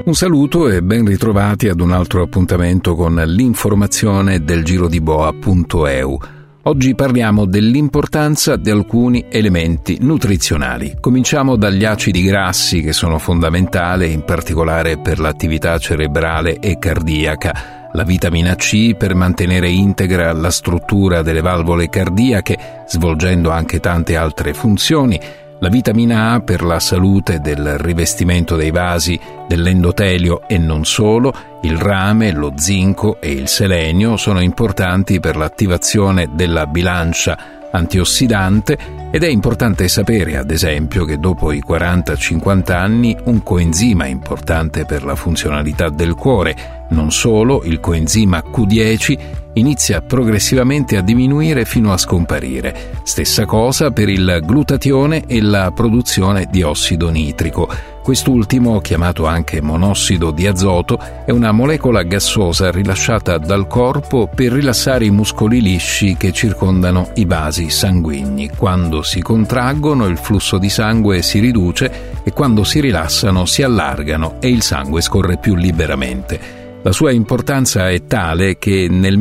Un saluto e ben ritrovati ad un altro appuntamento con l'informazione del girodiboa.eu. Oggi parliamo dell'importanza di alcuni elementi nutrizionali. Cominciamo dagli acidi grassi, che sono fondamentali in particolare per l'attività cerebrale e cardiaca. La vitamina C per mantenere integra la struttura delle valvole cardiache, svolgendo anche tante altre funzioni. La vitamina A per la salute del rivestimento dei vasi, dell'endotelio e non solo. Il rame, lo zinco e il selenio sono importanti per l'attivazione della bilancia antiossidante ed è importante sapere, ad esempio, che dopo i 40-50 anni un coenzima importante per la funzionalità del cuore, non solo, il coenzima Q10, inizia progressivamente a diminuire fino a scomparire. Stessa cosa per il glutatione e la produzione di ossido nitrico. Quest'ultimo, chiamato anche monossido di azoto, è una molecola gassosa rilasciata dal corpo per rilassare i muscoli lisci che circondano i vasi sanguigni. Quando si contraggono il flusso di sangue si riduce e quando si rilassano si allargano e il sangue scorre più liberamente. La sua importanza è tale che nel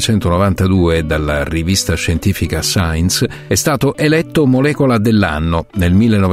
1992 dalla rivista scientifica Science è stato eletto molecola dell'anno. Nel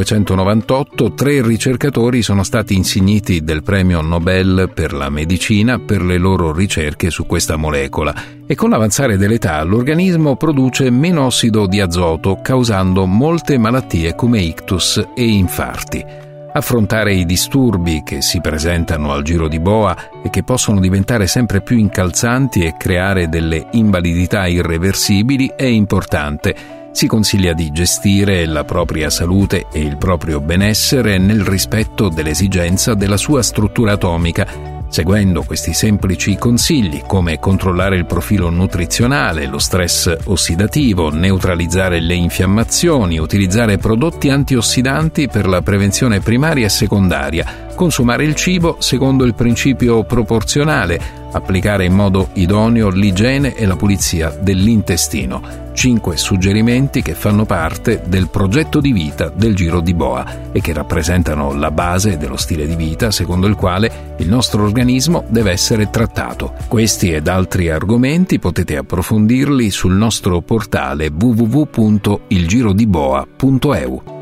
1998 3 ricercatori sono stati insigniti del premio Nobel per la medicina per le loro ricerche su questa molecola e con l'avanzare dell'età l'organismo produce meno ossido di azoto, causando molte malattie come ictus e infarti. Affrontare i disturbi che si presentano al giro di boa e che possono diventare sempre più incalzanti e creare delle invalidità irreversibili è importante. Si consiglia di gestire la propria salute e il proprio benessere nel rispetto dell'esigenza della sua struttura atomica, seguendo questi semplici consigli come controllare il profilo nutrizionale, lo stress ossidativo, neutralizzare le infiammazioni, utilizzare prodotti antiossidanti per la prevenzione primaria e secondaria, consumare il cibo secondo il principio proporzionale, applicare in modo idoneo l'igiene e la pulizia dell'intestino. 5 suggerimenti che fanno parte del progetto di vita del Giro di Boa e che rappresentano la base dello stile di vita secondo il quale il nostro organismo deve essere trattato. Questi ed altri argomenti potete approfondirli sul nostro portale www.ilgirodiboa.eu.